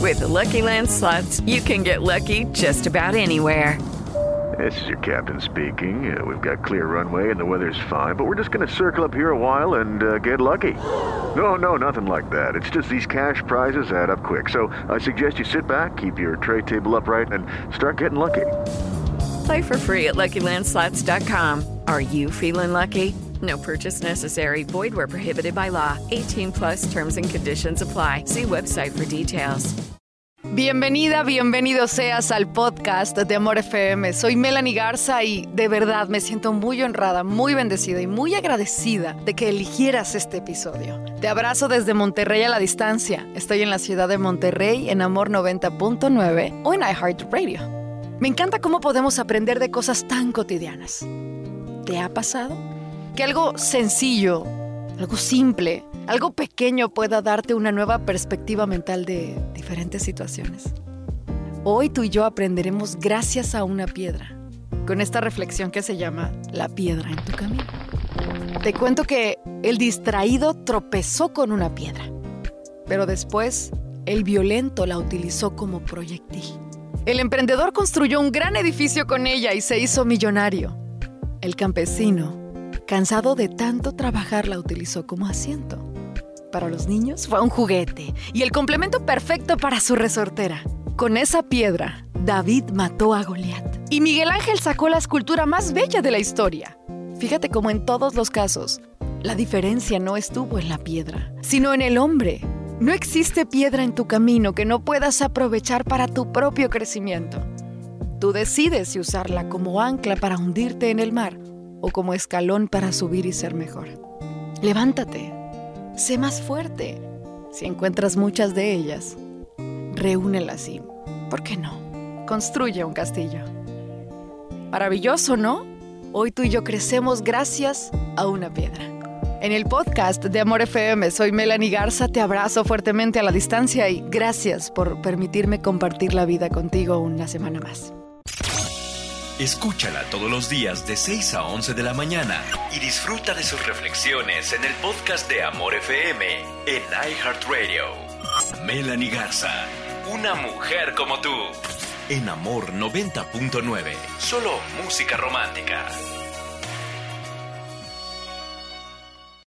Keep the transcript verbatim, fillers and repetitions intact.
With the Lucky Land Slots, you can get lucky just about anywhere. This is your captain speaking. Uh, we've got clear runway and the weather's fine, but we're just going to circle up here a while and uh, get lucky. No, no, nothing like that. It's just these cash prizes add up quick. So I suggest you sit back, keep your tray table upright, and start getting lucky. Play for free at Lucky Land Slots dot com. Are you feeling lucky? No purchase necessary. Void where prohibited by law. eighteen plus terms and conditions apply. See website for details. Bienvenida, bienvenido seas al podcast de Amor F M. Soy Melanie Garza y de verdad me siento muy honrada, muy bendecida y muy agradecida de que eligieras este episodio. Te abrazo desde Monterrey a la distancia. Estoy en la ciudad de Monterrey en Amor noventa punto nueve o en iHeartRadio. Me encanta cómo podemos aprender de cosas tan cotidianas. ¿Te ha pasado? Que algo sencillo, algo simple, algo pequeño pueda darte una nueva perspectiva mental de diferentes situaciones. Hoy tú y yo aprenderemos gracias a una piedra, con esta reflexión que se llama La piedra en tu camino. Te cuento que el distraído tropezó con una piedra, pero después el violento la utilizó como proyectil. El emprendedor construyó un gran edificio con ella y se hizo millonario. El campesino, cansado de tanto trabajar, la utilizó como asiento. Para los niños fue un juguete y el complemento perfecto para su resortera. Con esa piedra, David mató a Goliat y Miguel Ángel sacó la escultura más bella de la historia. Fíjate cómo en todos los casos, la diferencia no estuvo en la piedra, sino en el hombre. No existe piedra en tu camino que no puedas aprovechar para tu propio crecimiento. Tú decides si usarla como ancla para hundirte en el mar o como escalón para subir y ser mejor. Levántate. Sé más fuerte. Si encuentras muchas de ellas, reúnelas y, ¿por qué no?, construye un castillo. Maravilloso, ¿no? Hoy tú y yo crecemos gracias a una piedra. En el podcast de Amor F M, soy Melanie Garza, te abrazo fuertemente a la distancia y gracias por permitirme compartir la vida contigo una semana más. Escúchala todos los días de seis a once de la mañana y disfruta de sus reflexiones en el podcast de Amor F M en iHeartRadio. Melanie Garza, una mujer como tú, en Amor noventa punto nueve, solo música romántica.